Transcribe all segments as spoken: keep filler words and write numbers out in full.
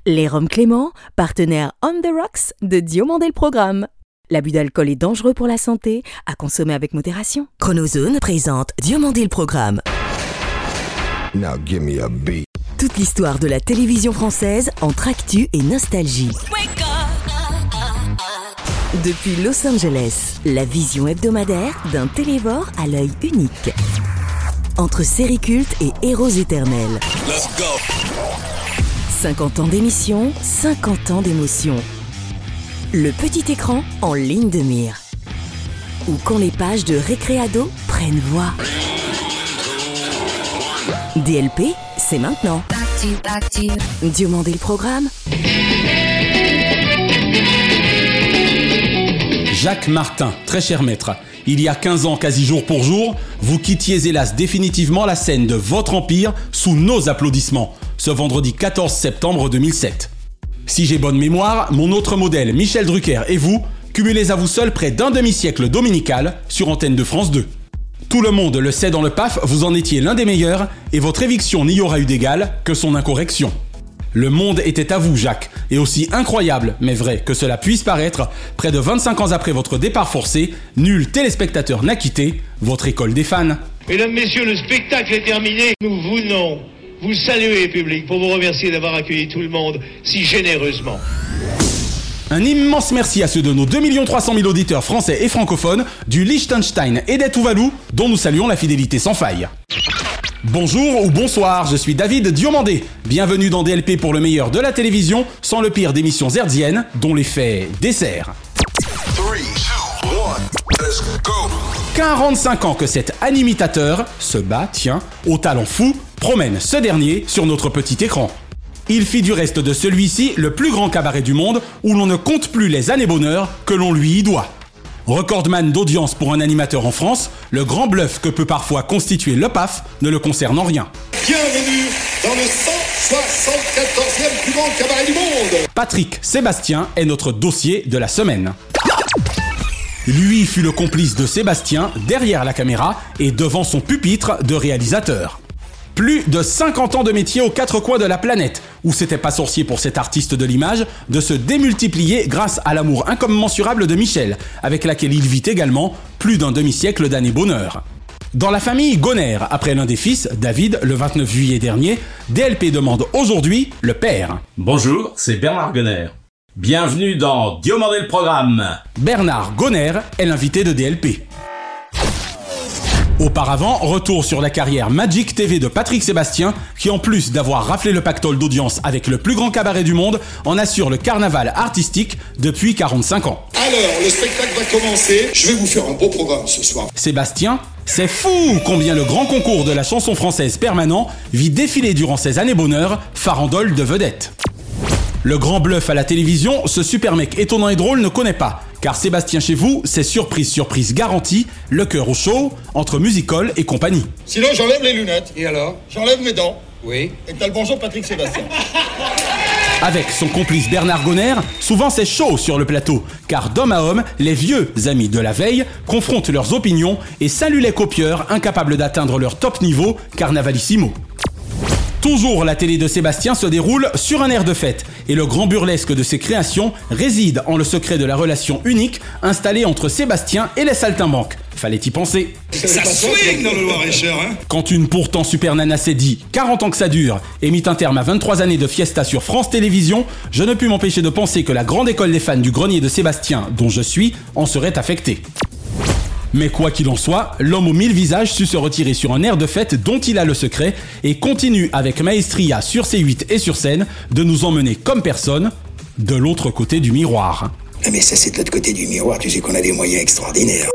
Les Rhums Clément, partenaire On the Rocks de Diomandé le Programme. L'abus d'alcool est dangereux pour la santé, à consommer avec modération. Chronozone présente Diomandé le Programme. Now give me a beat. Toute l'histoire de la télévision française entre actu et nostalgie. Depuis Los Angeles, la vision hebdomadaire d'un télévore à l'œil unique. Entre séries cultes et héros éternels. Let's go. cinquante ans d'émission, cinquante ans d'émotion. Le petit écran en ligne de mire. Ou quand les pages de Récréado prennent voix. D L P, c'est maintenant. Diomandé le Programme. Jacques Martin, très cher maître, il y a quinze ans, quasi jour pour jour, vous quittiez hélas définitivement la scène de votre empire sous nos applaudissements, ce vendredi quatorze septembre deux mille sept. Si j'ai bonne mémoire, mon autre modèle, Michel Drucker, et vous, cumulez à vous seul près d'un demi-siècle dominical sur antenne de France deux. Tout le monde le sait dans le P A F, vous en étiez l'un des meilleurs, et votre éviction n'y aura eu d'égal que son incorrection. Le monde était à vous, Jacques, et aussi incroyable, mais vrai que cela puisse paraître, près de vingt-cinq ans après votre départ forcé, nul téléspectateur n'a quitté votre école des fans. Mesdames, messieurs, le spectacle est terminé. Nous venons vous saluer, public, pour vous remercier d'avoir accueilli tout le monde si généreusement. Un immense merci à ceux de nos deux millions trois cent mille auditeurs français et francophones du Liechtenstein et des Tuvalu, dont nous saluons la fidélité sans faille. Bonjour ou bonsoir, je suis David Diomandé. Bienvenue dans D L P pour le meilleur de la télévision, sans le pire d'émissions hertziennes, dont l'effet dessert. trois, deux, un, let's go. quarante-cinq ans que cet animateur se bat, tiens, au talent fou, promène ce dernier sur notre petit écran. Il fit du reste de celui-ci le plus grand cabaret du monde où l'on ne compte plus les années bonheur que l'on lui y doit. Recordman d'audience pour un animateur en France, le grand bluff que peut parfois constituer le P A F ne le concerne en rien. Bienvenue dans le cent soixante-quatorzième plus grand cabaret du monde. Patrick Sébastien est notre dossier de la semaine. Lui fut le complice de Sébastien derrière la caméra et devant son pupitre de réalisateur. Plus de cinquante ans de métier aux quatre coins de la planète, où c'était pas sorcier pour cet artiste de l'image de se démultiplier grâce à l'amour incommensurable de Michel, avec laquelle il vit également plus d'un demi-siècle d'années bonheur. Dans la famille Gonner, après l'un des fils, David, le vingt-neuf juillet dernier, D L P demande aujourd'hui le père. Bonjour, c'est Bernard Gonner. Bienvenue dans Diomandé le Programme. Bernard Gonner est l'invité de D L P. Auparavant, retour sur la carrière Magic T V de Patrick Sébastien, qui en plus d'avoir raflé le pactole d'audience avec le plus grand cabaret du monde, en assure le carnaval artistique depuis quarante-cinq ans. Alors, le spectacle va commencer. Je vais vous faire un beau programme ce soir. Sébastien, c'est fou combien le grand concours de la chanson française permanent vit défiler durant ces années bonheur farandole de vedettes. Le grand bluff à la télévision, ce super mec étonnant et drôle ne connaît pas, car Sébastien chez vous, c'est surprise surprise garantie, le cœur au chaud, entre musical et compagnie. Sinon, j'enlève les lunettes. Et alors? J'enlève mes dents. Oui. Et t'as le bonjour Patrick Sébastien. Avec son complice Bernard Gonner, souvent c'est chaud sur le plateau, car d'homme à homme, les vieux amis de la veille confrontent leurs opinions et saluent les copieurs incapables d'atteindre leur top niveau carnavalissimo. Toujours la télé de Sébastien se déroule sur un air de fête, et le grand burlesque de ses créations réside en le secret de la relation unique installée entre Sébastien et les saltimbanques. Fallait y penser. Ça swing dans le Loir-et-Cher, hein? Quand une pourtant super nana s'est dit « quarante ans que ça dure » et mit un terme à vingt-trois années de fiesta sur France Télévisions, je ne pus m'empêcher de penser que la grande école des fans du grenier de Sébastien, dont je suis, en serait affectée. Mais quoi qu'il en soit, l'homme aux mille visages sut se retirer sur un air de fête dont il a le secret et continue avec maestria sur C huit et sur scène de nous emmener comme personne de l'autre côté du miroir. Ah mais ça c'est de l'autre côté du miroir, tu sais qu'on a des moyens extraordinaires.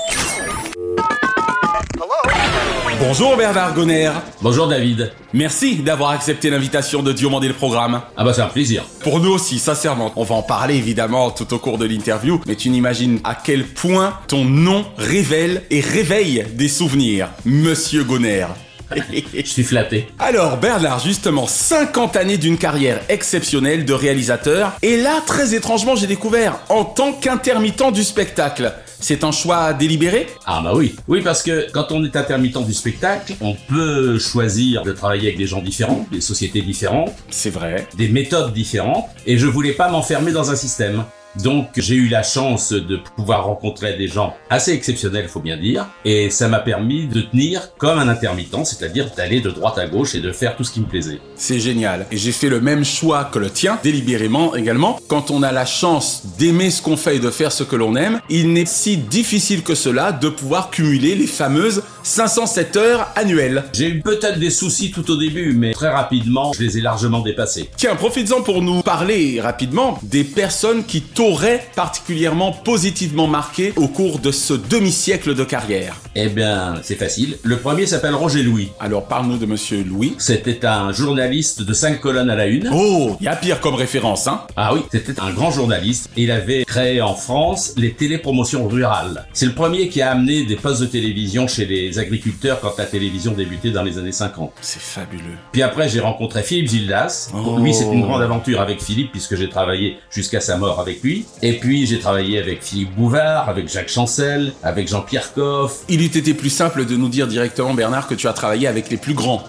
Bonjour Bernard Gonner. Bonjour David. Merci d'avoir accepté l'invitation de Diomandé le Programme. Ah bah c'est un plaisir. Pour nous aussi, sincèrement. On va en parler évidemment tout au cours de l'interview, mais tu n'imagines à quel point ton nom révèle et réveille des souvenirs, Monsieur Gonner. Je suis flatté. Alors Bernard, justement, cinquante années d'une carrière exceptionnelle de réalisateur, et là, très étrangement, j'ai découvert en tant qu'intermittent du spectacle. c'est un choix délibéré? Ah bah oui. Oui, parce que quand on est intermittent du spectacle, on peut choisir de travailler avec des gens différents, des sociétés différentes. C'est vrai. Des méthodes différentes. Et je voulais pas m'enfermer dans un système. Donc j'ai eu la chance de pouvoir rencontrer des gens assez exceptionnels, faut bien dire, et ça m'a permis de tenir comme un intermittent, c'est-à-dire d'aller de droite à gauche et de faire tout ce qui me plaisait. C'est génial. Et j'ai fait le même choix que le tien, délibérément également. Quand on a la chance d'aimer ce qu'on fait et de faire ce que l'on aime, il n'est si difficile que cela de pouvoir cumuler les fameuses cinq cent sept heures annuelles. J'ai eu peut-être des soucis tout au début, mais très rapidement, je les ai largement dépassés. Tiens, profites-en pour nous parler rapidement des personnes qui t'auraient particulièrement positivement marqué au cours de ce demi-siècle de carrière. Eh bien, c'est facile. Le premier s'appelle Roger Louis. Alors, parle-nous de Monsieur Louis. C'était un journaliste de cinq colonnes à la une. Oh, il y a pire comme référence, hein? Ah oui, c'était un grand journaliste. Il avait créé en France les télépromotions rurales. C'est le premier qui a amené des postes de télévision chez les agriculteurs quand la télévision débutait dans les années cinquante. C'est fabuleux. Puis après, j'ai rencontré Philippe Gildas. Oh. Lui, c'est une grande aventure avec Philippe puisque j'ai travaillé jusqu'à sa mort avec lui. Et puis, j'ai travaillé avec Philippe Bouvard, avec Jacques Chancel, avec Jean-Pierre Coff. Il eût été plus simple de nous dire directement, Bernard, que tu as travaillé avec les plus grands.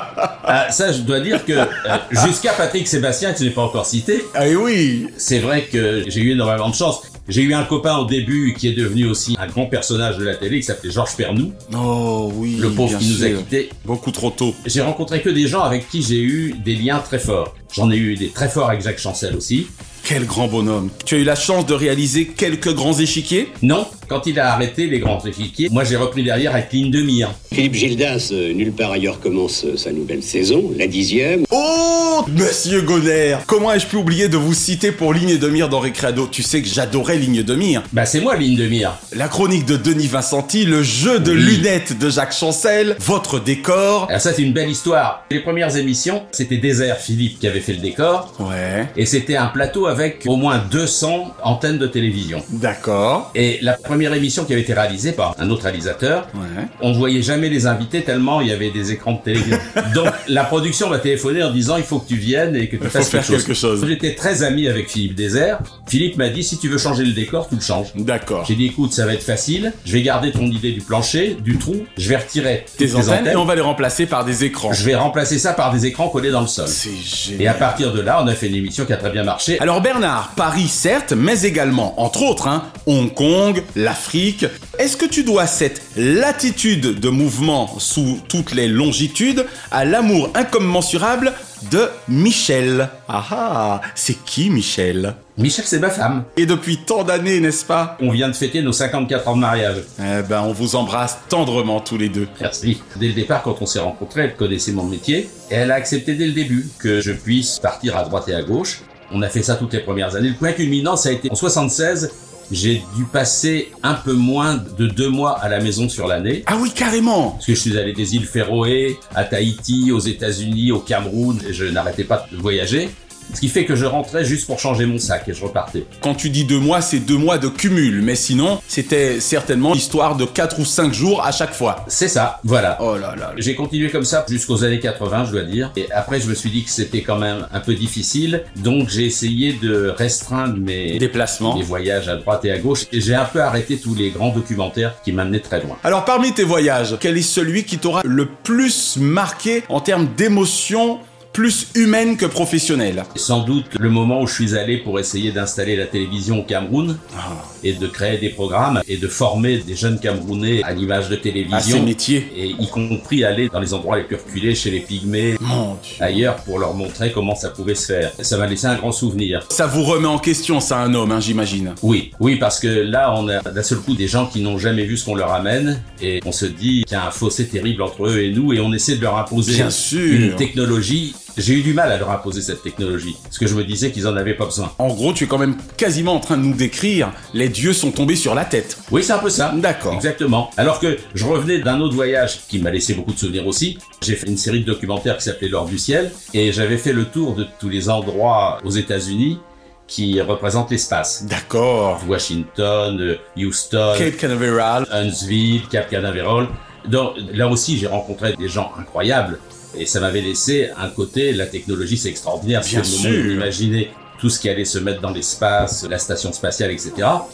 Ah, ça, je dois dire que euh, jusqu'à Patrick Sébastien, que je n'ai pas encore cité. Ah oui. C'est vrai que j'ai eu énormément de chance. J'ai eu un copain au début qui est devenu aussi un grand personnage de la télé qui s'appelait Georges Pernou. Oh oui, le pauvre qui nous a quittés. Beaucoup trop tôt. J'ai rencontré que des gens avec qui j'ai eu des liens très forts. J'en ai eu des très forts avec Jacques Chancel aussi. Quel grand bonhomme. Tu as eu la chance de réaliser quelques grands échiquiers? Non, quand il a arrêté les grands échiquiers, moi j'ai repris derrière avec Ligne de Mire. Philippe Gildas, euh, nulle part ailleurs, commence euh, sa nouvelle saison, la dixième. Oh, Monsieur Gonner, comment ai-je pu oublier de vous citer pour Ligne de Mire dans Récréado? Tu sais que j'adorais Ligne de Mire. Bah c'est moi Ligne de Mire. La chronique de Denis Vincenti, le jeu de Oui. lunettes de Jacques Chancel, votre décor. Alors ça c'est une belle histoire. Les premières émissions, c'était Désert Philippe qui avait fait le décor. Ouais. Et c'était un plateau avec au moins deux cents antennes de télévision. D'accord. Et la première émission qui avait été réalisée par un autre réalisateur, Ouais. on voyait jamais les invités tellement il y avait des écrans de télévision. Donc la production m'a téléphoné en disant il faut que tu viennes et que tu Il fasses faut faire quelque chose. quelque chose. J'étais très ami avec Philippe Désert. Philippe m'a dit si tu veux changer le décor, tu le changes. D'accord. J'ai dit écoute, ça va être facile. Je vais garder ton idée du plancher, du trou. Je vais retirer Des toutes les antennes et on va les remplacer par des écrans. Je vais remplacer ça par des écrans collés dans le sol. C'est génial. Et à partir de là, on a fait une émission qui a très bien marché. Alors Bernard, Paris certes, mais également, entre autres, hein, Hong Kong, l'Afrique. Est-ce que tu dois cette latitude de mouvement sous toutes les longitudes à l'amour incommensurable de Michel? Ah ah, c'est qui Michel? Michel, c'est ma femme. Et depuis tant d'années, n'est-ce pas? On vient de fêter nos cinquante-quatre ans de mariage. Eh ben, on vous embrasse tendrement tous les deux. Merci. Dès le départ, quand on s'est rencontrés, elle connaissait mon métier et elle a accepté dès le début que je puisse partir à droite et à gauche. On a fait ça toutes les premières années. Le point culminant, ça a été en soixante-seize. J'ai dû passer un peu moins de deux mois à la maison sur l'année. Ah oui, carrément. Parce que je suis allé des îles Féroé, à Tahiti, aux États-Unis, au Cameroun, et je n'arrêtais pas de voyager. Ce qui fait que je rentrais juste pour changer mon sac et je repartais. Quand tu dis deux mois, c'est deux mois de cumul, mais sinon, c'était certainement l'histoire de quatre ou cinq jours à chaque fois. C'est ça, voilà. Oh là là. J'ai continué comme ça jusqu'aux années quatre-vingts, je dois dire. Et après, je me suis dit que c'était quand même un peu difficile. Donc, j'ai essayé de restreindre mes Déplacements. mes voyages à droite et à gauche. Et j'ai un peu arrêté tous les grands documentaires qui m'amenaient très loin. Alors, parmi tes voyages, quel est celui qui t'aura le plus marqué en termes d'émotion, plus humaine que professionnelle? Sans doute le moment où je suis allé pour essayer d'installer la télévision au Cameroun Ah. et de créer des programmes et de former des jeunes Camerounais à l'image de télévision. À ces métiers. Et y compris aller dans les endroits les plus reculés, chez les pygmées, Mon Dieu. ailleurs, pour leur montrer comment ça pouvait se faire. Ça m'a laissé un grand souvenir. Ça vous remet en question, ça, un homme, hein, j'imagine. Oui, oui, parce que là, on a d'un seul coup des gens qui n'ont jamais vu ce qu'on leur amène et on se dit qu'il y a un fossé terrible entre eux et nous et on essaie de leur imposer Bien sûr. une technologie. J'ai eu du mal à leur imposer cette technologie, parce que je me disais qu'ils en avaient pas besoin. En gros, tu es quand même quasiment en train de nous décrire les dieux sont tombés sur la tête. Oui, c'est un peu ça. D'accord. Exactement. Alors que je revenais d'un autre voyage qui m'a laissé beaucoup de souvenirs aussi. J'ai fait une série de documentaires qui s'appelait L'Or du ciel et j'avais fait le tour de tous les endroits aux États-Unis qui représentent l'espace. D'accord. Washington, Houston, Cape Canaveral. Huntsville, Cap Canaveral. Donc là aussi, j'ai rencontré des gens incroyables. Et ça m'avait laissé un côté, la technologie c'est extraordinaire, Bien c'est le moment où sûr. on imaginait tout ce qui allait se mettre dans l'espace, la station spatiale, et cetera.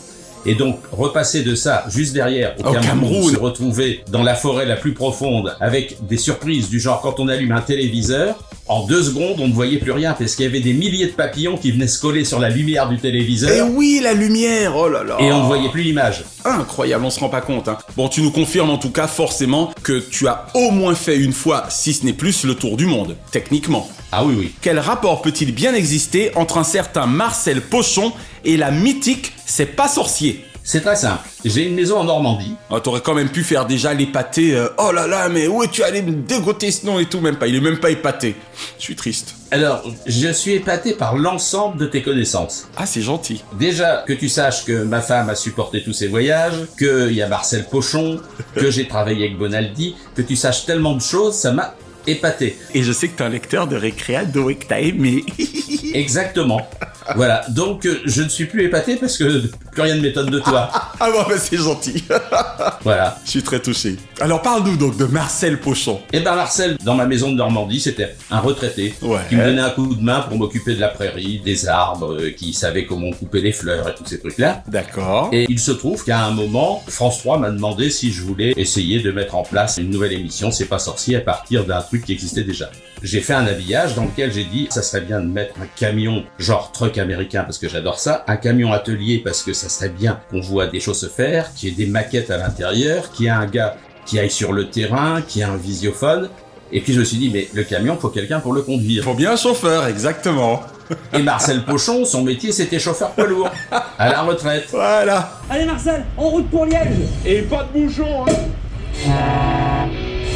Et donc, repasser de ça juste derrière au, Au Cameroun, Cameroun, se retrouver dans la forêt la plus profonde avec des surprises du genre quand on allume un téléviseur, en deux secondes, on ne voyait plus rien parce qu'il y avait des milliers de papillons qui venaient se coller sur la lumière du téléviseur. Eh oui, la lumière, oh là là. Et on ne voyait plus l'image. Incroyable, on se rend pas compte. Hein. Bon, tu nous confirmes en tout cas forcément que tu as au moins fait une fois, si ce n'est plus, le tour du monde, techniquement. Ah oui, oui. Quel rapport peut-il bien exister entre un certain Marcel Pochon et la mythique C'est pas sorcier? C'est très simple. J'ai une maison en Normandie. Oh, t'aurais quand même pu faire déjà l'épaté. Euh, oh là là, mais où es-tu allé me dégoter ce nom et tout? Même pas, il est même pas épaté. Je suis triste. Alors, je suis épaté par l'ensemble de tes connaissances. Ah, c'est gentil. Déjà, que tu saches que ma femme a supporté tous ces voyages, qu'il y a Marcel Pochon, que j'ai travaillé avec Bonaldi, que tu saches tellement de choses, ça m'a épaté. Et je sais que t'es un lecteur de Récréado et que t'as aimé. Exactement. Voilà, donc euh, je ne suis plus épaté parce que plus rien ne m'étonne de toi. Ah bon, bah c'est gentil. Voilà. Je suis très touché. Alors parle-nous donc de Marcel Pochon. Eh ben Marcel, dans ma maison de Normandie, c'était un retraité Ouais. qui me donnait un coup de main pour m'occuper de la prairie, des arbres, euh, qui savait comment couper les fleurs et tous ces trucs-là. D'accord. Et il se trouve qu'à un moment, France trois m'a demandé si je voulais essayer de mettre en place une nouvelle émission, C'est pas sorcier, à partir d'un truc qui existait déjà. J'ai fait un habillage dans lequel j'ai dit, ça serait bien de mettre un camion, genre truck américain, parce que j'adore ça, un camion atelier, parce que ça serait bien qu'on voit des choses se faire, qu'il y ait des maquettes à l'intérieur, qu'il y ait un gars qui aille sur le terrain, qui ait un visiophone. Et puis je me suis dit, mais le camion, faut quelqu'un pour le conduire. Faut bien un chauffeur, exactement. Et Marcel Pochon, son métier, c'était chauffeur poids lourd, à la retraite. Voilà. Allez Marcel, en route pour Liège. Et pas de bouchon, hein.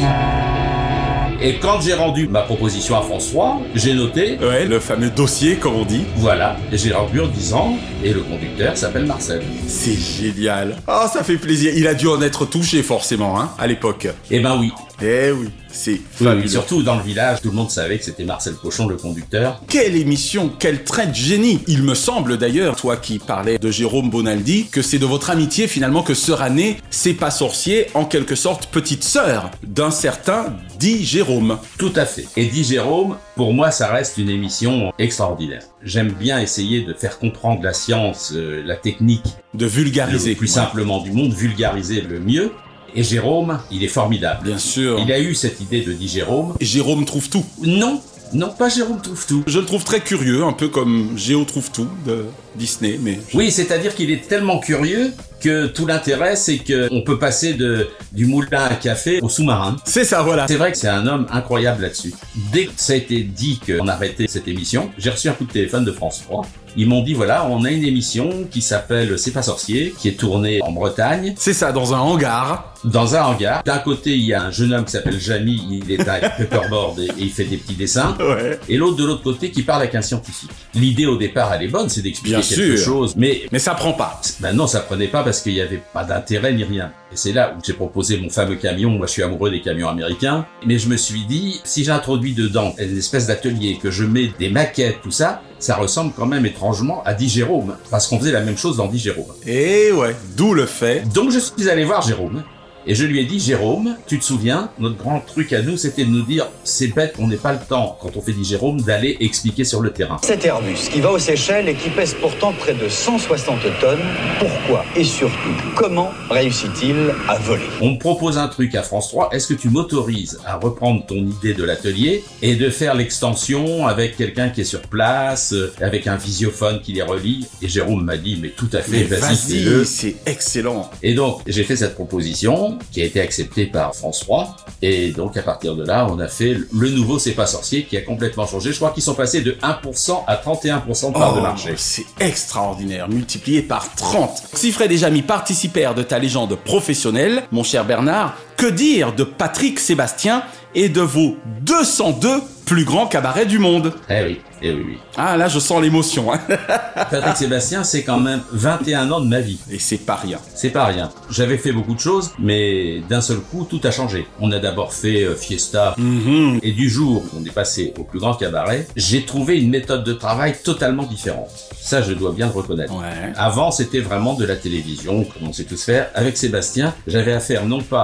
Et quand j'ai rendu ma proposition à France trois, j'ai noté, Ouais, le fameux dossier, comme on dit. voilà, et j'ai rendu en disant, et le conducteur s'appelle Marcel. C'est génial. Oh, ça fait plaisir. Il a dû en être touché, forcément, hein, à l'époque. Eh ben oui. Eh oui, c'est Oui, fabuleux. oui, surtout dans le village, tout le monde savait que c'était Marcel Pochon, le conducteur. Quelle émission, quel trait de génie. Il me semble d'ailleurs, toi qui parlais de Jérôme Bonaldi, que c'est de votre amitié finalement que sera né C'est pas sorcier, en quelque sorte petite sœur d'un certain dit Jérôme. Tout à fait. Et dit Jérôme, pour moi, ça reste une émission extraordinaire. J'aime bien essayer de faire comprendre la science, euh, la technique, De vulgariser. le plus Ouais. simplement du monde, vulgariser le mieux. Et Jérôme, il est formidable. Bien sûr. Il a eu cette idée de dit Jérôme. Jérôme trouve tout. Non, non, pas Jérôme trouve tout. Je le trouve très curieux, un peu comme Géo trouve tout de Disney, mais... Oui, c'est-à-dire qu'il est tellement curieux que tout l'intérêt, c'est qu'on peut passer de, du moulin à café au sous-marin. C'est ça, voilà. C'est vrai que c'est un homme incroyable là-dessus. Dès que ça a été dit qu'on arrêtait cette émission, j'ai reçu un coup de téléphone de France trois. Ils m'ont dit, voilà, on a une émission qui s'appelle C'est pas sorcier, qui est tournée en Bretagne, C'est ça, dans un hangar. dans un hangar. D'un côté, il y a un jeune homme qui s'appelle Jamy, il est à paperboard et, et il fait des petits dessins. Ouais. Et l'autre de l'autre côté qui parle avec un scientifique. L'idée au départ, elle est bonne, c'est d'expliquer Bien quelque sûr. chose, mais Mais ça prend pas. ben non, ça prenait pas parce qu'il y avait pas d'intérêt ni rien. Et c'est là où j'ai proposé mon fameux camion. Moi, je suis amoureux des camions américains. Mais je me suis dit, si j'introduis dedans une espèce d'atelier, que je mets des maquettes, tout ça, ça ressemble quand même étrangement à dit Jérôme. Parce qu'on faisait la même chose dans dit Jérôme. Et ouais, d'où le fait. Donc je suis allé voir Jérôme. Et je lui ai dit, Jérôme, tu te souviens, notre grand truc à nous, c'était de nous dire, c'est bête, on n'est pas le temps, quand on fait dit Jérôme, d'aller expliquer sur le terrain. Cet Airbus qui va aux Seychelles et qui pèse pourtant près de cent soixante tonnes, pourquoi et surtout comment réussit-il à voler? On me propose un truc à France trois, est-ce que tu m'autorises à reprendre ton idée de l'atelier et de faire l'extension avec quelqu'un qui est sur place, euh, avec un visiophone qui les relie? Et Jérôme m'a dit, mais tout à fait, Mais vas-y, vas-y, fais-le. c'est excellent. Et donc, j'ai fait cette proposition, qui a été acceptée par France trois, et donc à partir de là, on a fait le nouveau C'est pas sorcier, qui a complètement changé. Je crois qu'ils sont passés de un pour cent à trente et un pour cent de part de marché. C'est extraordinaire, multiplié par trente. Si Fred et Jamy participèrent de ta légende professionnelle, mon cher Bernard, que dire de Patrick Sébastien et de vos deux cent deux plus grands cabarets du monde? Eh oui, eh oui, oui. Ah là, je sens l'émotion, hein. Patrick Sébastien, c'est quand même vingt et un ans de ma vie. Et c'est pas rien. C'est pas rien. J'avais fait beaucoup de choses, mais d'un seul coup, tout a changé. On a d'abord fait euh, Fiesta, Mhm. et du jour où on est passé au plus grand cabaret, j'ai trouvé une méthode de travail totalement différente. Ça, je dois bien le reconnaître. Ouais. Avant, c'était vraiment de la télévision, comme on sait tous faire. Avec Sébastien, j'avais affaire non pas seulement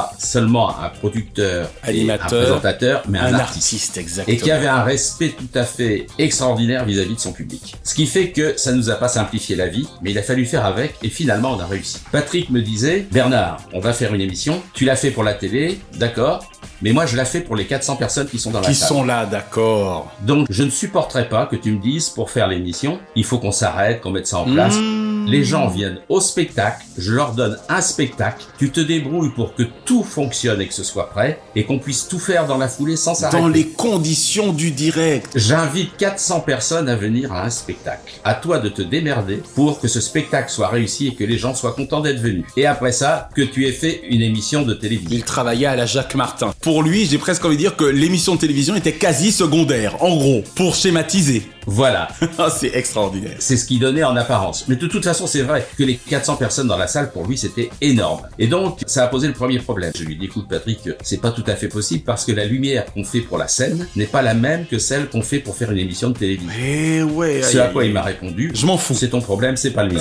seulement un producteur, animateur, et un présentateur, mais un, un artiste. artiste exactement. Et qui avait un respect tout à fait extraordinaire vis-à-vis de son public. Ce qui fait que ça nous a pas simplifié la vie, mais il a fallu faire avec, et finalement on a réussi. Patrick me disait, Bernard, on va faire une émission, tu l'as fait pour la télé, d'accord, mais moi je la fais pour les quatre cents personnes qui sont dans la qui salle. Qui sont là, d'accord. Donc je ne supporterai pas que tu me dises, pour faire l'émission, il faut qu'on s'arrête, qu'on mette ça en place. Mmh. Les gens viennent au spectacle, je leur donne un spectacle, tu te débrouilles pour que tout fonctionne et que ce soit prêt, et qu'on puisse tout faire dans la foulée sans s'arrêter. Dans les conditions du direct. J'invite quatre cents personnes à venir à un spectacle. À toi de te démerder pour que ce spectacle soit réussi et que les gens soient contents d'être venus. Et après ça, que tu aies fait une émission de télévision. Il travaillait à la Jacques Martin. Pour lui, j'ai presque envie de dire que l'émission de télévision était quasi secondaire, en gros, pour schématiser. Voilà. C'est extraordinaire. C'est ce qu'il donnait en apparence. Mais de toute façon, c'est vrai que les quatre cents personnes dans la salle, pour lui, c'était énorme. Et donc, ça a posé le premier problème. Je lui ai dit, écoute, Patrick, c'est pas tout à fait possible parce que la lumière qu'on fait pour la scène n'est pas la même que celle qu'on fait pour faire une émission de télévision. Eh ouais. Ce à quoi il m'a répondu, je m'en fous. C'est ton problème, c'est pas le mien.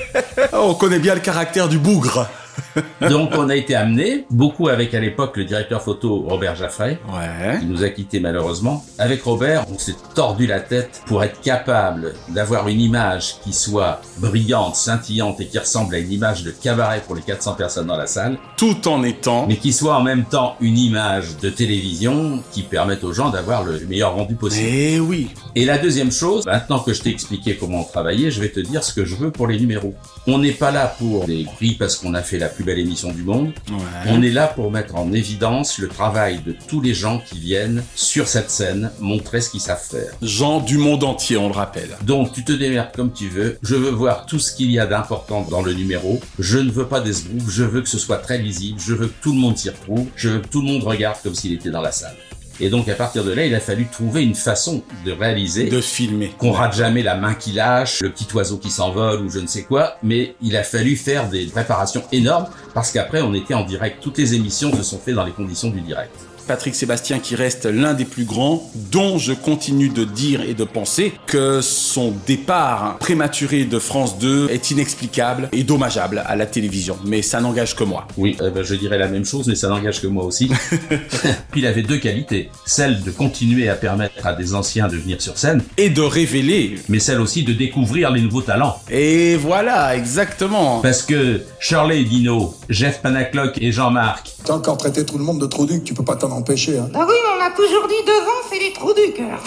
On connaît bien le caractère du bougre. Donc on a été amené, beaucoup avec à l'époque le directeur photo Robert Jaffray, ouais. qui nous a quittés malheureusement. Avec Robert, on s'est tordu la tête pour être capable d'avoir une image qui soit brillante, scintillante et qui ressemble à une image de cabaret pour les quatre cents personnes dans la salle. Tout en étant... mais qui soit en même temps une image de télévision qui permette aux gens d'avoir le meilleur rendu possible. Eh oui. Et la deuxième chose, maintenant que je t'ai expliqué comment on travaillait, je vais te dire ce que je veux pour les numéros. On n'est pas là pour des prix parce qu'on a fait la plus belle émission du monde. Ouais. On est là pour mettre en évidence le travail de tous les gens qui viennent sur cette scène montrer ce qu'ils savent faire. Gens du monde entier, on le rappelle. Donc tu te démerdes comme tu veux. Je veux voir tout ce qu'il y a d'important dans le numéro. Je ne veux pas d'esbrouf. Je veux que ce soit très lisible. Je veux que tout le monde s'y retrouve. Je veux que tout le monde regarde comme s'il était dans la salle. Et donc à partir de là, il a fallu trouver une façon de réaliser, de filmer, qu'on rate jamais la main qui lâche, le petit oiseau qui s'envole ou je ne sais quoi, mais il a fallu faire des préparations énormes parce qu'après on était en direct. Toutes les émissions se sont faites dans les conditions du direct. Patrick Sébastien qui reste l'un des plus grands, dont je continue de dire et de penser que son départ prématuré de France deux est inexplicable et dommageable à la télévision. Mais ça n'engage que moi. Oui, euh, ben, je dirais la même chose, mais ça n'engage que moi aussi. Puis il avait deux qualités. Celle de continuer à permettre à des anciens de venir sur scène. Et de révéler. Mais celle aussi de découvrir les nouveaux talents. Et voilà, exactement. Parce que Shirley et Dino, Jeff Panaclock et Jean-Marc. T'as encore traité tout le monde de trou-duc, tu peux pas t'en empêcher. Hein. Ah oui, mais on a toujours dit devant, c'est les trous du cœur.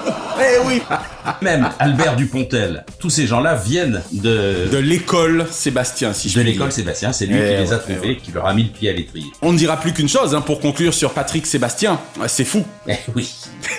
Eh oui. Même Albert Dupontel, tous ces gens-là viennent de... de l'école Sébastien, si je De puis l'école dire. Sébastien, c'est lui Eh qui ouais, les a trouvés, eh ouais. qui leur a mis le pied à l'étrier. On ne dira plus qu'une chose, hein, pour conclure sur Patrick Sébastien. C'est fou. Eh oui.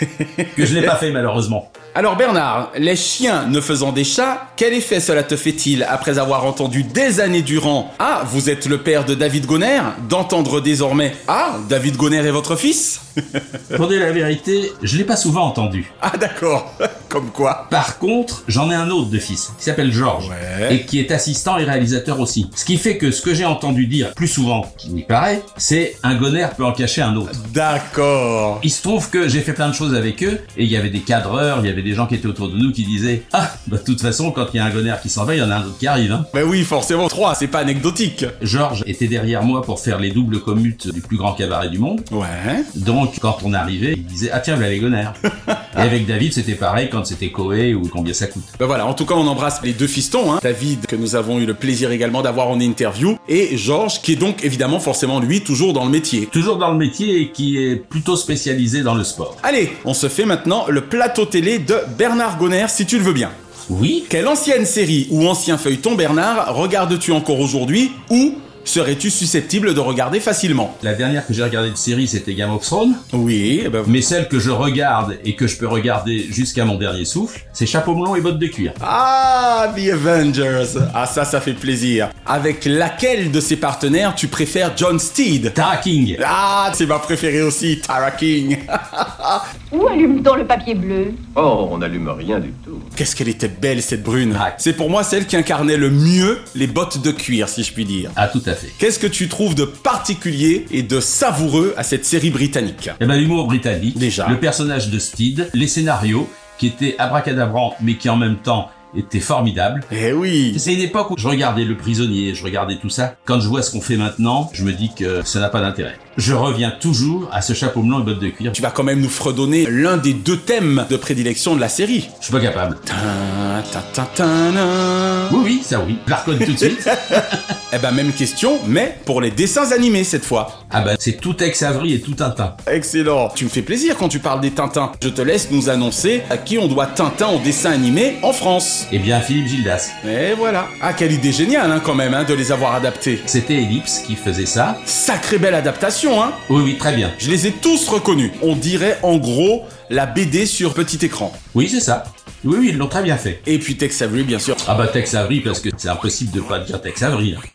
Que je n'ai pas fait malheureusement. Alors Bernard, les chiens ne faisant des chats, quel effet cela te fait-il après avoir entendu des années durant « Ah, vous êtes le père de David Gonner » d'entendre désormais « Ah, David Gonner est votre fils ?» Pour dire la vérité, je l'ai pas souvent entendu. Ah d'accord, comme quoi. Par contre, j'en ai un autre de fils, qui s'appelle Georges, Ouais. et qui est assistant et réalisateur aussi. Ce qui fait que ce que j'ai entendu dire plus souvent, qu'il n'y paraît, c'est un Gonner peut en cacher un autre. D'accord. Il se trouve que j'ai fait plein de choses avec eux, et il y avait des cadreurs, il y avait des gens qui étaient autour de nous qui disaient « Ah, bah de toute façon, quand il y a un Gonner qui s'en va, il y en a un autre qui arrive. Hein. » Ben oui, forcément, trois, c'est pas anecdotique. Georges était derrière moi pour faire les doubles commutes du plus grand cabaret du monde. Ouais. Donc, quand on arrivait, il disait « Ah tiens, voilà les Gonner. » Et avec David, c'était pareil quand c'était Coé ou combien ça coûte. Ben voilà, en tout cas, on embrasse les deux fistons, hein. David, que nous avons eu le plaisir également d'avoir en interview, et Georges, qui est donc évidemment forcément lui, toujours dans le métier. Toujours dans le métier et qui est plutôt spécialisé dans le sport. Allez, on se fait maintenant le plateau télé de Bernard Gonner, si tu le veux bien. Oui. Quelle ancienne série ou ancien feuilleton, Bernard, regardes-tu encore aujourd'hui, ou serais-tu susceptible de regarder facilement? La dernière que j'ai regardée de série, c'était Game of Thrones. Oui, eh ben... Mais celle que je regarde et que je peux regarder jusqu'à mon dernier souffle, c'est Chapeau melon et bottes de cuir. Ah, The Avengers. Ah, ça, ça fait plaisir. Avec laquelle de ses partenaires tu préfères John Steed? Tara King. Ah, c'est ma préférée aussi, Tara King. Où allume-t-on le papier bleu? Oh, on n'allume rien du tout. Qu'est-ce qu'elle était belle, cette brune. Ah. C'est pour moi celle qui incarnait le mieux les bottes de cuir, si je puis dire. Ah, tout à fait. Qu'est-ce que tu trouves de particulier et de savoureux à cette série britannique? Eh ben, l'humour britannique. Déjà. Le personnage de Steed, les scénarios, qui étaient abracadabrants, mais qui en même temps était formidable. Eh oui. C'est une époque où je regardais Le Prisonnier, je regardais tout ça. Quand je vois ce qu'on fait maintenant, je me dis que ça n'a pas d'intérêt. Je reviens toujours à ce chapeau melon et bottes de cuir. Tu vas quand même nous fredonner l'un des deux thèmes de prédilection de la série. Je suis pas capable. Ta, ta, ta, ta, ta. Oui, oui, ça oui. Je la reconnais tout de suite. Eh ben, même question, mais pour les dessins animés cette fois. Ah ben, c'est tout Tex Avery et tout Tintin. Excellent. Tu me fais plaisir quand tu parles des Tintins. Je te laisse nous annoncer à qui on doit Tintin en dessin animé en France. Eh bien, Philippe Gildas. Et voilà. Ah, quelle idée géniale, hein, quand même, hein, de les avoir adaptés. C'était Ellipse qui faisait ça. Sacrée belle adaptation, hein. Oui, oui, très bien. Je les ai tous reconnus. On dirait, en gros, la B D sur petit écran. Oui, c'est ça. Oui, oui, ils l'ont très bien fait. Et puis Tex Avery, bien sûr. Ah bah Tex Avery, parce que c'est impossible de pas dire Tex Avery. Hein.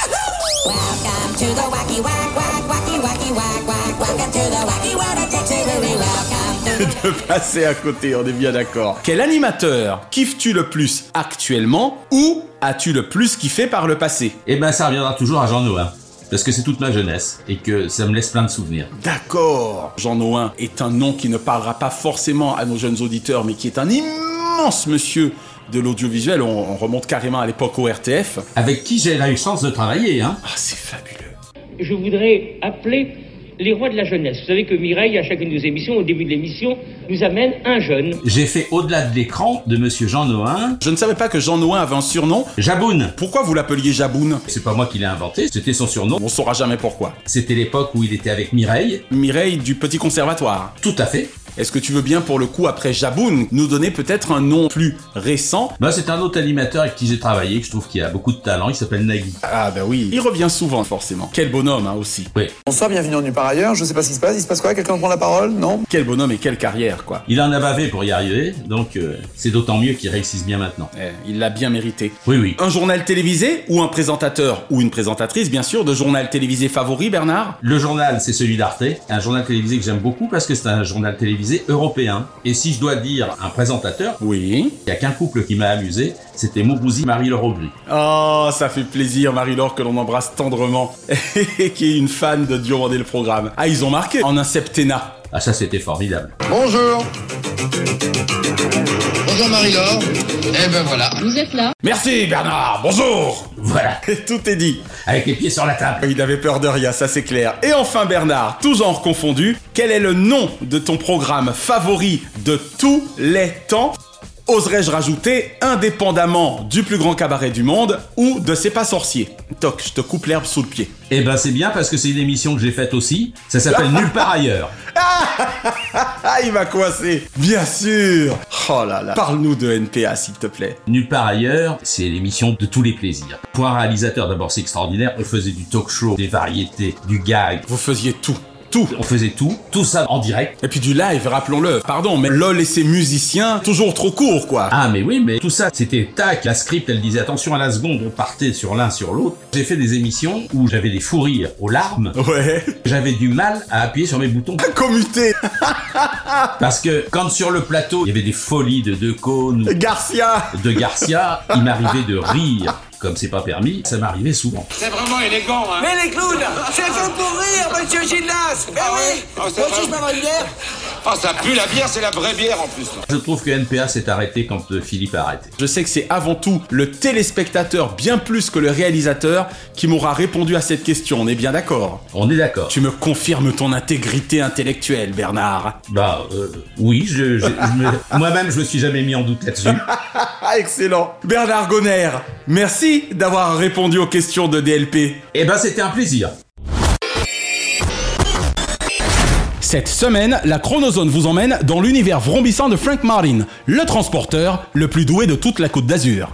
Welcome to the wacky wack wack wacky wacky wack wack. Welcome to the wacky wack Tex Avery. Welcome to de passer à côté, on est bien d'accord. Quel animateur kiffes-tu le plus actuellement ou as-tu le plus kiffé par le passé? Eh ben ça reviendra toujours à Jean Nohain. Parce que c'est toute ma jeunesse et que ça me laisse plein de souvenirs. D'accord. Jean Nohain est un nom qui ne parlera pas forcément à nos jeunes auditeurs, mais qui est un immense monsieur de l'audiovisuel. On, on remonte carrément à l'époque au R T F. Avec qui j'ai eu la chance de travailler, hein. Ah, c'est fabuleux. Je voudrais appeler les rois de la jeunesse. Vous savez que Mireille, à chacune de nos émissions, au début de l'émission, nous amène un jeune. J'ai fait au-delà de l'écran de Monsieur Jean Nohain. Je ne savais pas que Jean Nohain avait un surnom. Jaboun. Pourquoi vous l'appeliez Jaboun? C'est pas moi qui l'ai inventé, c'était son surnom. On saura jamais pourquoi. C'était l'époque où il était avec Mireille. Mireille du Petit Conservatoire. Tout à fait. Est-ce que tu veux bien, pour le coup, après Jaboun, nous donner peut-être un nom plus récent? Bah, c'est un autre animateur avec qui j'ai travaillé, que je trouve qu'il a beaucoup de talent, il s'appelle Nagui. Ah bah oui, il revient souvent, forcément. Quel bonhomme, hein, aussi. Oui. Bonsoir, bienvenue en Nulle part ailleurs, je sais pas ce qui se passe, il se passe quoi? Quelqu'un prend la parole? Non? Quel bonhomme et quelle carrière, quoi. Il en a bavé pour y arriver, donc euh, c'est d'autant mieux qu'il réussisse bien maintenant. Eh, il l'a bien mérité. Oui, oui. Un journal télévisé, ou un présentateur, ou une présentatrice, bien sûr, de journal télévisé favori, Bernard? Le journal, c'est celui d'Arte, un journal télévisé que j'aime beaucoup parce que c'est un journal télévisé européen. Et si je dois dire un présentateur, oui, il n'y a qu'un couple qui m'a amusé, c'était Mourouzi Marie-Laure Aubry. Oh, ça fait plaisir, Marie-Laure, que l'on embrasse tendrement, qui est une fan de Diomandé le programme. Ah, ils ont marqué en un septennat. Ah, ça c'était formidable. Bonjour. Bonjour Marie-Laure. Eh ben voilà. Vous êtes là. Merci Bernard, bonjour. Voilà. Tout est dit. Avec les pieds sur la table. Il avait peur de rien, ça c'est clair. Et enfin Bernard, tout genre confondu, quel est le nom de ton programme favori de tous les temps? Oserais-je rajouter, indépendamment du plus grand cabaret du monde ou de C'est pas sorcier? Toc, je te coupe l'herbe sous le pied. Eh ben c'est bien parce que c'est une émission que j'ai faite aussi. Ça s'appelle Nulle part ailleurs. Ah, il m'a coincé. Bien sûr. Oh là là. Parle-nous de N P A, s'il te plaît. Nulle part ailleurs, c'est l'émission de tous les plaisirs. Pour un réalisateur, d'abord c'est extraordinaire. On faisait du talk show, des variétés, du gag. Vous faisiez tout. Tout. On faisait tout, tout ça en direct. Et puis du live, rappelons-le. Pardon, mais LOL et ses musiciens, toujours trop courts, quoi. Ah, mais oui, mais tout ça, c'était tac. La script, elle disait attention à la seconde, on partait sur l'un sur l'autre. J'ai fait des émissions où j'avais des fous rires aux larmes. Ouais. J'avais du mal à appuyer sur mes boutons. Commuté. Parce que quand sur le plateau, il y avait des folies de Decaune ou Garcia. de Garcia, il m'arrivait de rire. Comme c'est pas permis, ça m'arrivait souvent. C'est vraiment élégant, hein. Mais les clowns, c'est fait pour rire, monsieur Gildas. Eh ah oui. Oh, moi aussi, je m'avais une bière. Oh, ça pue la bière, c'est la vraie bière en plus. Je trouve que N P A s'est arrêté quand Philippe a arrêté. Je sais que c'est avant tout le téléspectateur, bien plus que le réalisateur, qui m'aura répondu à cette question. On est bien d'accord? On est d'accord. Tu me confirmes ton intégrité intellectuelle, Bernard? Bah, euh, oui, je, je, je me... moi-même, je me suis jamais mis en doute là-dessus. Excellent. Bernard Gonner, merci d'avoir répondu aux questions de D L P. Eh ben, c'était un plaisir. Cette semaine, la Chronozone vous emmène dans l'univers vrombissant de Frank Martin, le transporteur le plus doué de toute la Côte d'Azur.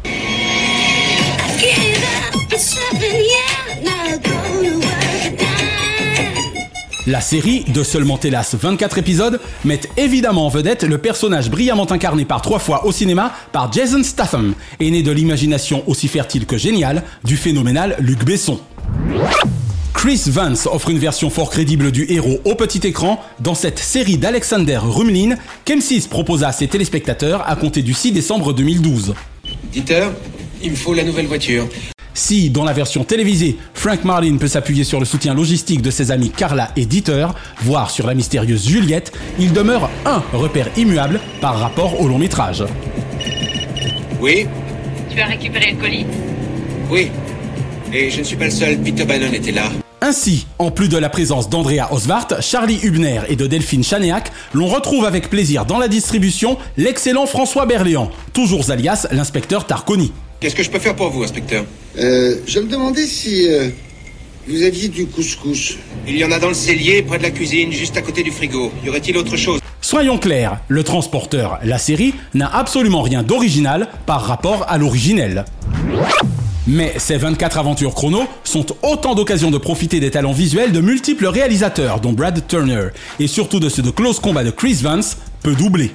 La série, de seulement hélas vingt-quatre épisodes, met évidemment en vedette le personnage brillamment incarné par trois fois au cinéma par Jason Statham, et né de l'imagination aussi fertile que géniale du phénoménal Luc Besson. Chris Vance offre une version fort crédible du héros au petit écran dans cette série d'Alexander Rumlin qu'M six proposa à ses téléspectateurs à compter du six décembre deux mille douze. Dieter, il me faut la nouvelle voiture. Si, dans la version télévisée, Frank Martin peut s'appuyer sur le soutien logistique de ses amis Carla et Dieter, voire sur la mystérieuse Juliette, il demeure un repère immuable par rapport au long métrage. Oui. Tu as récupéré le colis? Oui. Et je ne suis pas le seul, Peter Bannon était là. Ainsi, en plus de la présence d'Andrea Oswart, Charlie Hubner et de Delphine Chanéac, l'on retrouve avec plaisir dans la distribution l'excellent François Berléand, toujours alias l'inspecteur Tarconi. Qu'est-ce que je peux faire pour vous, inspecteur? Euh, je me demandais si euh, vous aviez du couscous. Il y en a dans le cellier, près de la cuisine, juste à côté du frigo. Y aurait-il autre chose? Soyons clairs, Le Transporteur, la série, n'a absolument rien d'original par rapport à l'originel. Mais ces vingt-quatre aventures chrono sont autant d'occasions de profiter des talents visuels de multiples réalisateurs, dont Brad Turner, et surtout de ceux de Close Combat de Chris Vance, peu doublés.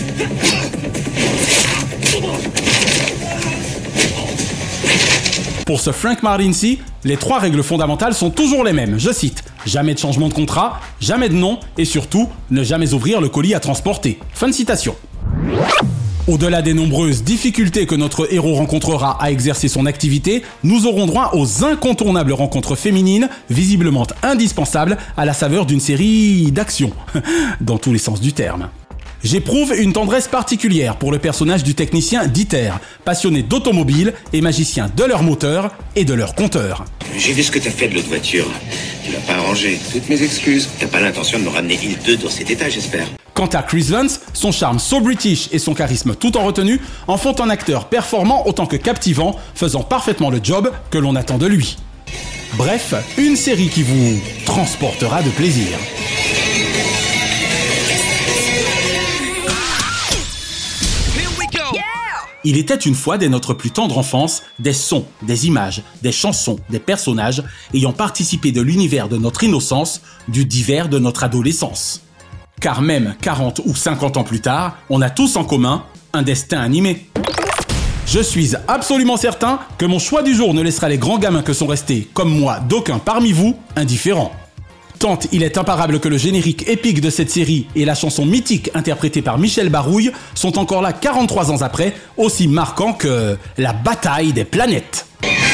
Pour ce Frank Martinsi, les trois règles fondamentales sont toujours les mêmes, je cite, jamais de changement de contrat, jamais de nom, et surtout, ne jamais ouvrir le colis à transporter. Fin de citation. Au-delà des nombreuses difficultés que notre héros rencontrera à exercer son activité, nous aurons droit aux incontournables rencontres féminines, visiblement indispensables à la saveur d'une série d'action, dans tous les sens du terme. J'éprouve une tendresse particulière pour le personnage du technicien Dieter, passionné d'automobile et magicien de leur moteur et de leur compteur. J'ai vu ce que t'as fait de l'autre voiture. Tu l'as pas arrangé. Toutes mes excuses. T'as pas l'intention de me ramener il deux dans cet état, j'espère. Quant à Chris Vance, son charme so british et son charisme tout en retenue en font un acteur performant autant que captivant, faisant parfaitement le job que l'on attend de lui. Bref, une série qui vous transportera de plaisir. Il était une fois dès notre plus tendre enfance des sons, des images, des chansons, des personnages ayant participé de l'univers de notre innocence, du divers de notre adolescence. Car même quarante ou cinquante ans plus tard, on a tous en commun un destin animé. Je suis absolument certain que mon choix du jour ne laissera les grands gamins que sont restés, comme moi, d'aucuns parmi vous, indifférents. Tant il est imparable que le générique épique de cette série et la chanson mythique interprétée par Michel Barouille sont encore là quarante-trois ans après, aussi marquants que la bataille des planètes.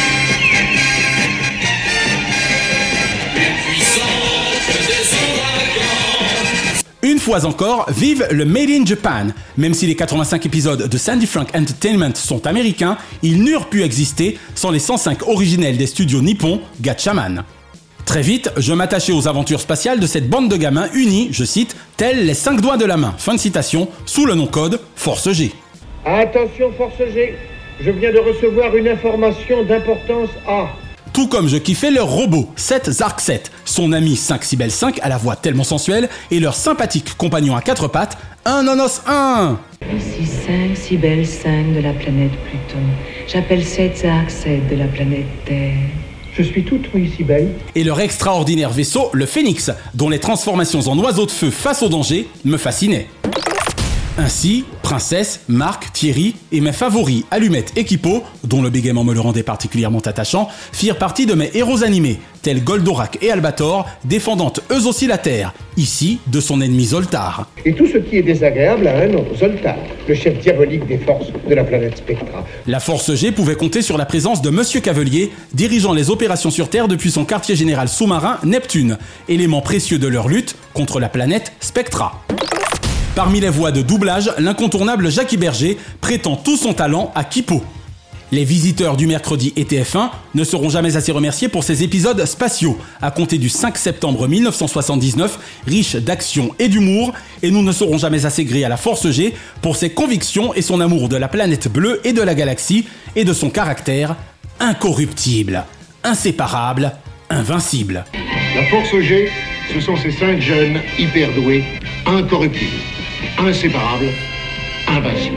Une fois encore, vive le Made in Japan. Même si les quatre-vingt-cinq épisodes de Sandy Frank Entertainment sont américains, ils n'eurent pu exister sans les cent cinq originels des studios nippons Gatchaman. Très vite, je m'attachais aux aventures spatiales de cette bande de gamins unis, je cite, tels les cinq doigts de la main, fin de citation, sous le nom code Force G. Attention Force G, je viens de recevoir une information d'importance A. Tout comme je kiffais leur robot, sept Zark sept, son ami cinq Cybèle cinq à la voix tellement sensuelle, et leur sympathique compagnon à quatre pattes, un Nonos un. Ici cinq Cybèle cinq de la planète Pluton. J'appelle sept Zark sept de la planète Terre. Je suis tout oui, Cybèle. Et leur extraordinaire vaisseau, le Phénix, dont les transformations en oiseaux de feu face au danger me fascinaient. Ainsi, Princesse, Marc, Thierry et mes favoris Allumette et Kippo, dont le bégaiement me le rendait particulièrement attachant, firent partie de mes héros animés, tels Goldorak et Albator, défendant eux aussi la Terre, ici de son ennemi Zoltar. Et tout ce qui est désagréable à un nom, Zoltar, le chef diabolique des forces de la planète Spectra. La Force G pouvait compter sur la présence de Monsieur Cavelier, dirigeant les opérations sur Terre depuis son quartier général sous-marin Neptune, élément précieux de leur lutte contre la planète Spectra. Parmi les voix de doublage, l'incontournable Jackie Berger prétend tout son talent à Kippo. Les visiteurs du mercredi et T F un ne seront jamais assez remerciés pour ces épisodes spatiaux, à compter du cinq septembre mille neuf cent soixante-dix-neuf, riches d'action et d'humour, et nous ne serons jamais assez grés à la Force G pour ses convictions et son amour de la planète bleue et de la galaxie, et de son caractère incorruptible, inséparable, invincible. La Force G, ce sont ces cinq jeunes hyper doués, incorruptibles, inséparables, invincibles.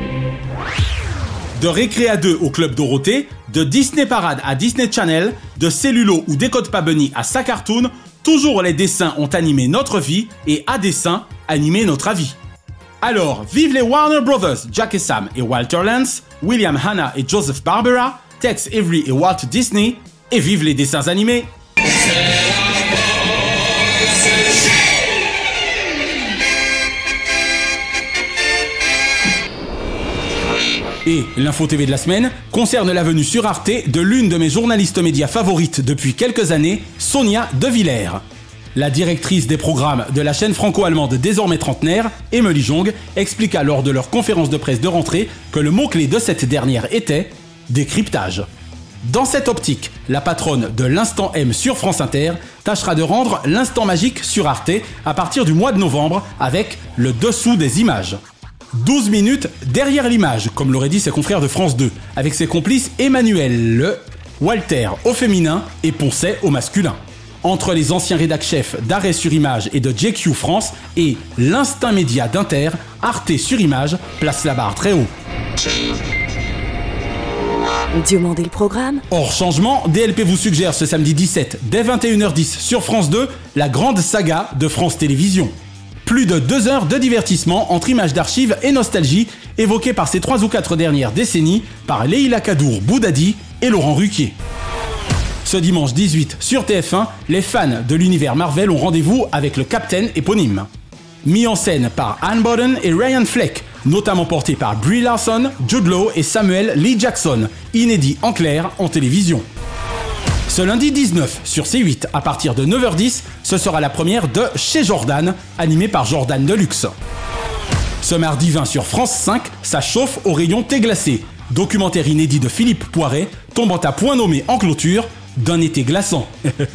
De Récréa deux au Club Dorothée, de Disney Parade à Disney Channel, de Cellulo ou Décode pas Bunny à sa cartoon, toujours les dessins ont animé notre vie et à dessin animé notre avis. Alors, vive les Warner Brothers, Jack et Sam et Walter Lantz, William Hanna et Joseph Barbera, Tex Avery et Walt Disney, et vive les dessins animés. Et l'info T V de la semaine concerne la venue sur Arte de l'une de mes journalistes médias favorites depuis quelques années, Sonia De Villers. La directrice des programmes de la chaîne franco-allemande désormais trentenaire, Emily Jong, expliqua lors de leur conférence de presse de rentrée que le mot-clé de cette dernière était « décryptage ». Dans cette optique, la patronne de l'Instant M sur France Inter tâchera de rendre l'Instant Magique sur Arte à partir du mois de novembre avec le dessous des images. douze minutes derrière l'image, comme l'auraient dit ses confrères de France deux, avec ses complices Emmanuel Le, Walter au féminin et Poncet au masculin. Entre les anciens rédac-chefs d'Arrêt sur Image et de J Q France et l'Instinct Média d'Inter, Arte sur Image place la barre très haut. Diomandé le programme. Hors changement, D L P vous suggère ce samedi dix-sept, dès vingt et une heures dix sur France deux, la grande saga de France Télévisions. Plus de deux heures de divertissement entre images d'archives et nostalgie, évoquées par ces trois ou quatre dernières décennies par Leïla Kadour Boudadi et Laurent Ruquier. Ce dimanche dix-huit sur T F un, les fans de l'univers Marvel ont rendez-vous avec le Captain éponyme. Mis en scène par Anne Boden et Ryan Fleck, notamment porté par Brie Larson, Jude Law et Samuel Lee Jackson, inédit en clair en télévision. Ce lundi dix-neuf sur C huit, à partir de neuf heures dix, ce sera la première de Chez Jordan, animée par Jordan Deluxe. Ce mardi vingt sur France cinq, ça chauffe au rayon thé glacé. Documentaire inédit de Philippe Poiret, tombant à point nommé en clôture d'un été glaçant.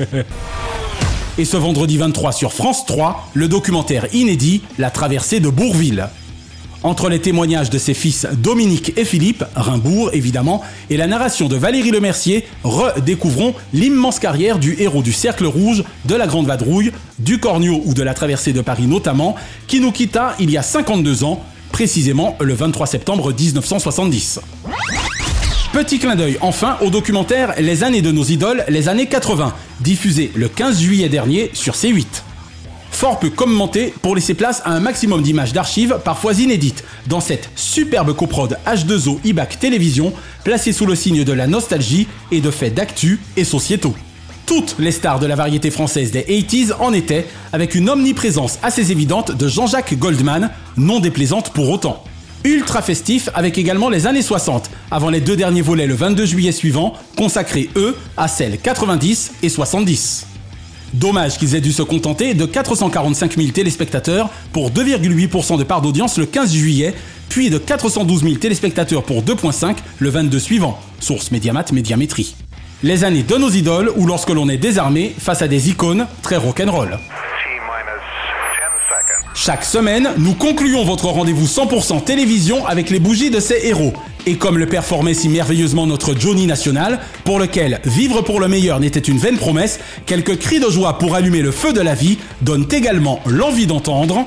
Et ce vendredi vingt-trois sur France trois, le documentaire inédit La traversée de Bourville. Entre les témoignages de ses fils Dominique et Philippe, Rimbourg évidemment, et la narration de Valérie Lemercier, redécouvrons l'immense carrière du héros du Cercle Rouge, de la Grande Vadrouille, du Cornio ou de la traversée de Paris notamment, qui nous quitta il y a cinquante-deux ans, précisément le vingt-trois septembre dix-neuf cent soixante-dix. Petit clin d'œil enfin au documentaire Les années de nos idoles, les années quatre-vingts, diffusé le quinze juillet dernier sur C huit. Fort peu commenté pour laisser place à un maximum d'images d'archives, parfois inédites, dans cette superbe coprode H deux O I B A C Télévision, placée sous le signe de la nostalgie et de faits d'actu et sociétaux. Toutes les stars de la variété française des quatre-vingt-dix en étaient, avec une omniprésence assez évidente de Jean-Jacques Goldman, non déplaisante pour autant. Ultra festif avec également les années soixante, avant les deux derniers volets le vingt-deux juillet suivant, consacrés eux à celles quatre-vingt-dix et soixante-dix. Dommage qu'ils aient dû se contenter de quatre cent quarante-cinq mille téléspectateurs pour deux virgule huit pour cent de part d'audience le quinze juillet, puis de quatre cent douze mille téléspectateurs pour deux virgule cinq le vingt-deux suivant, source Mediamat Médiamétrie. Les années de nos idoles ou lorsque l'on est désarmé face à des icônes très rock'n'roll. Chaque semaine, nous concluons votre rendez-vous cent pour cent télévision avec les bougies de ces héros. Et comme le performait si merveilleusement notre Johnny National, pour lequel vivre pour le meilleur n'était une vaine promesse, quelques cris de joie pour allumer le feu de la vie donnent également l'envie d'entendre.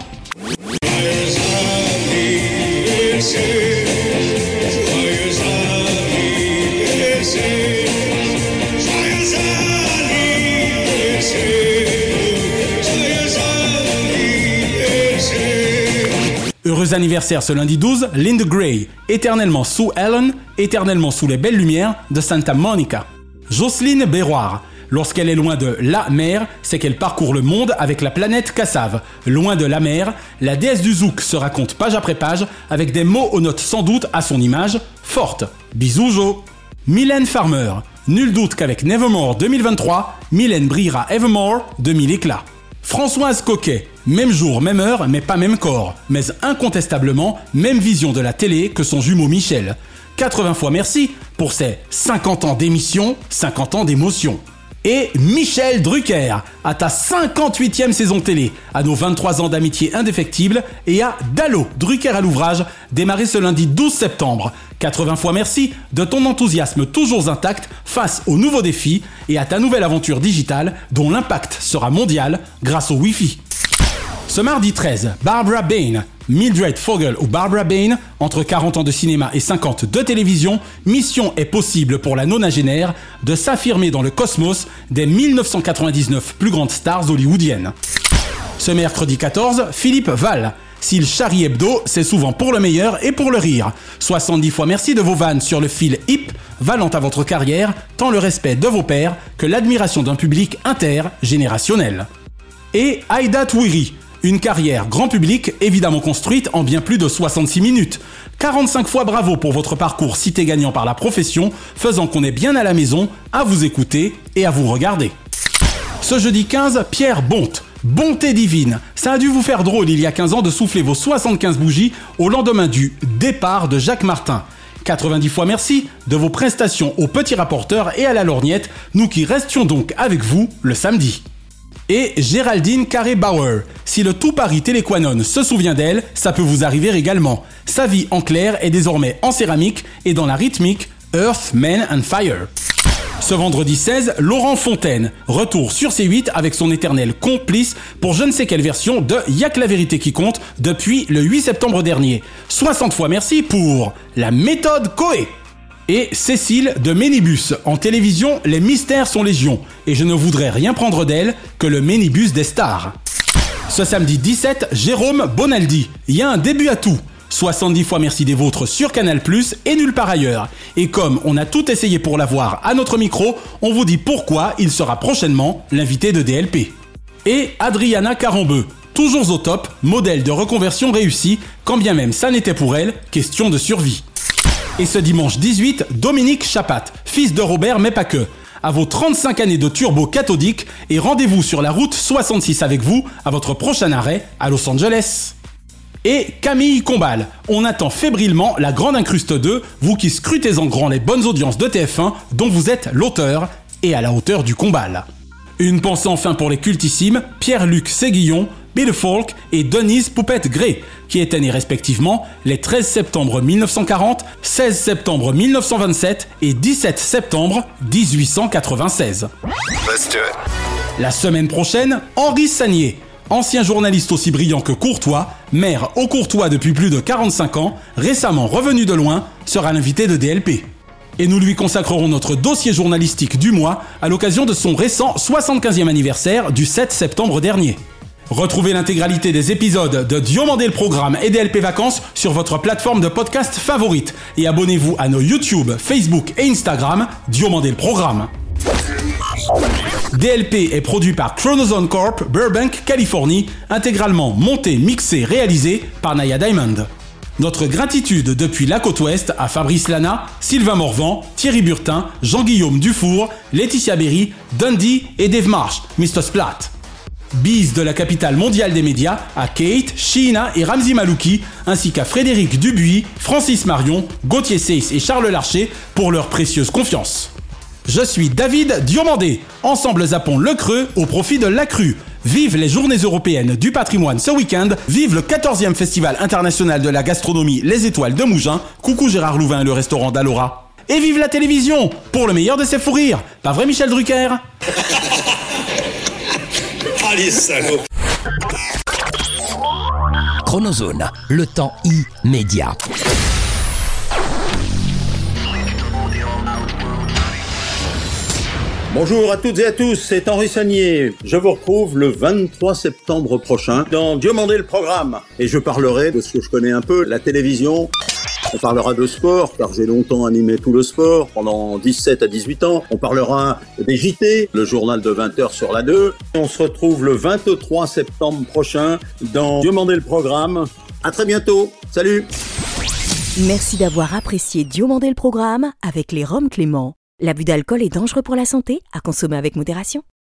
Heureux anniversaire ce lundi douze, Linda Gray, éternellement sous Ellen, éternellement sous les belles lumières de Santa Monica. Jocelyne Béroir, lorsqu'elle est loin de la mer, c'est qu'elle parcourt le monde avec la planète Kassav. Loin de la mer, la déesse du zouk se raconte page après page avec des mots aux notes sans doute à son image forte. Bisous Jo. Mylène Farmer, nul doute qu'avec Nevermore deux mille vingt-trois, Mylène brillera Evermore de mille éclats. Françoise Coquet, même jour, même heure, mais pas même corps, mais incontestablement même vision de la télé que son jumeau Michel. quatre-vingts fois merci pour ses cinquante ans d'émission, cinquante ans d'émotion. Et Michel Drucker, à ta cinquante-huitième saison télé, à nos vingt-trois ans d'amitié indéfectible, et à Dallo, Drucker à l'ouvrage, démarré ce lundi douze septembre. quatre-vingts fois merci de ton enthousiasme toujours intact face aux nouveaux défis et à ta nouvelle aventure digitale dont l'impact sera mondial grâce au Wi-Fi. Ce mardi treize, Barbara Bain, Mildred Fogel ou Barbara Bain, entre quarante ans de cinéma et cinquante de télévision, mission est possible pour la nonagénaire de s'affirmer dans le cosmos des mille neuf cent quatre-vingt-dix-neuf plus grandes stars hollywoodiennes. Ce mercredi quatorze, Philippe Val. S'il charrie Hebdo, c'est souvent pour le meilleur et pour le rire. soixante-dix fois merci de vos vannes sur le fil hip, valant à votre carrière, tant le respect de vos pairs que l'admiration d'un public intergénérationnel. Et Aïda Touiri. Une carrière grand public évidemment construite en bien plus de soixante-six minutes. quarante-cinq fois bravo pour votre parcours cité gagnant par la profession, faisant qu'on est bien à la maison, à vous écouter et à vous regarder. Ce jeudi quinze, Pierre Bonte. Bonté divine. Ça a dû vous faire drôle il y a quinze ans de souffler vos soixante-quinze bougies au lendemain du départ de Jacques Martin. quatre-vingt-dix fois merci de vos prestations au Petit Rapporteur et à la Lorgnette, nous qui restions donc avec vous le samedi. Et Géraldine Carré-Bauer. Si le tout Paris Téléquanon se souvient d'elle, ça peut vous arriver également. Sa vie en clair est désormais en céramique et dans la rythmique Earth, Man and Fire. Ce vendredi seize, Laurent Fontaine. Retour sur C huit avec son éternel complice pour je ne sais quelle version de Y'a que la vérité qui compte depuis le huit septembre dernier. soixante fois merci pour la méthode Coé. Et Cécile de Ménibus. En télévision, les mystères sont légion. Et je ne voudrais rien prendre d'elle que le Ménibus des stars. Ce samedi dix-sept, Jérôme Bonaldi. Il y a un début à tout. soixante-dix fois merci des vôtres sur Canal plus, et nulle part ailleurs. Et comme on a tout essayé pour l'avoir à notre micro, on vous dit pourquoi il sera prochainement l'invité de D L P. Et Adriana Carambeu. Toujours au top, modèle de reconversion réussi, quand bien même ça n'était pour elle question de survie. Et ce dimanche dix-huit, Dominique Chapat, fils de Robert mais pas que. À vos trente-cinq années de turbo cathodique et rendez-vous sur la route soixante-six avec vous à votre prochain arrêt à Los Angeles. Et Camille Combal, on attend fébrilement la Grande Incruste deux, vous qui scrutez en grand les bonnes audiences de T F un dont vous êtes l'auteur et à la hauteur du Combal. Une pensée enfin pour les cultissimes Pierre-Luc Séguillon, Bill Falk et Denise Poupette-Gray, qui étaient nés respectivement les treize septembre mille neuf cent quarante, seize septembre mille neuf cent vingt-sept et dix-sept septembre dix-huit cent quatre-vingt-seize. Let's do it. La semaine prochaine, Henri Sagnier, ancien journaliste aussi brillant que courtois, maire au Courtois depuis plus de quarante-cinq ans, récemment revenu de loin, sera l'invité de D L P. Et nous lui consacrerons notre dossier journalistique du mois à l'occasion de son récent soixante-quinzième anniversaire du sept septembre dernier. Retrouvez l'intégralité des épisodes de Diomandé le Programme et D L P Vacances sur votre plateforme de podcast favorite et abonnez-vous à nos YouTube, Facebook et Instagram Diomandé le Programme. D L P est produit par Chronozone Corp, Burbank, Californie, intégralement monté, mixé, réalisé par Naya Diamond. Notre gratitude depuis la côte ouest à Fabrice Lana, Sylvain Morvan, Thierry Burtin, Jean-Guillaume Dufour, Laetitia Berry, Dundee et Dave Marsh, mister Splat. Bise de la capitale mondiale des médias à Kate, Sheena et Ramzi Malouki, ainsi qu'à Frédéric Dubuis, Francis Marion, Gauthier Seyss et Charles Larcher pour leur précieuse confiance. Je suis David Diomandé. Ensemble zappons le creux au profit de la crue. Vive les journées européennes du patrimoine ce week-end, vive le quatorzième festival international de la gastronomie Les Étoiles de Mougins, coucou Gérard Louvain et le restaurant d'Alora. Et vive la télévision, pour le meilleur de ses fous rires. Pas vrai Michel Drucker? Allez, salaud. Chronozone, le temps immédiat. Bonjour à toutes et à tous, c'est Henri Sagnier. Je vous retrouve le vingt-trois septembre prochain dans Diomandé le Programme. Et je parlerai de ce que je connais un peu, la télévision. On parlera de sport, car j'ai longtemps animé tout le sport, pendant dix-sept à dix-huit ans. On parlera des J T, le journal de vingt heures sur la deux. On se retrouve le vingt-trois septembre prochain dans Diomandé le Programme. À très bientôt, salut. Merci d'avoir apprécié Diomandé le Programme avec les Roms Clément. L'abus d'alcool est dangereux pour la santé, à consommer avec modération.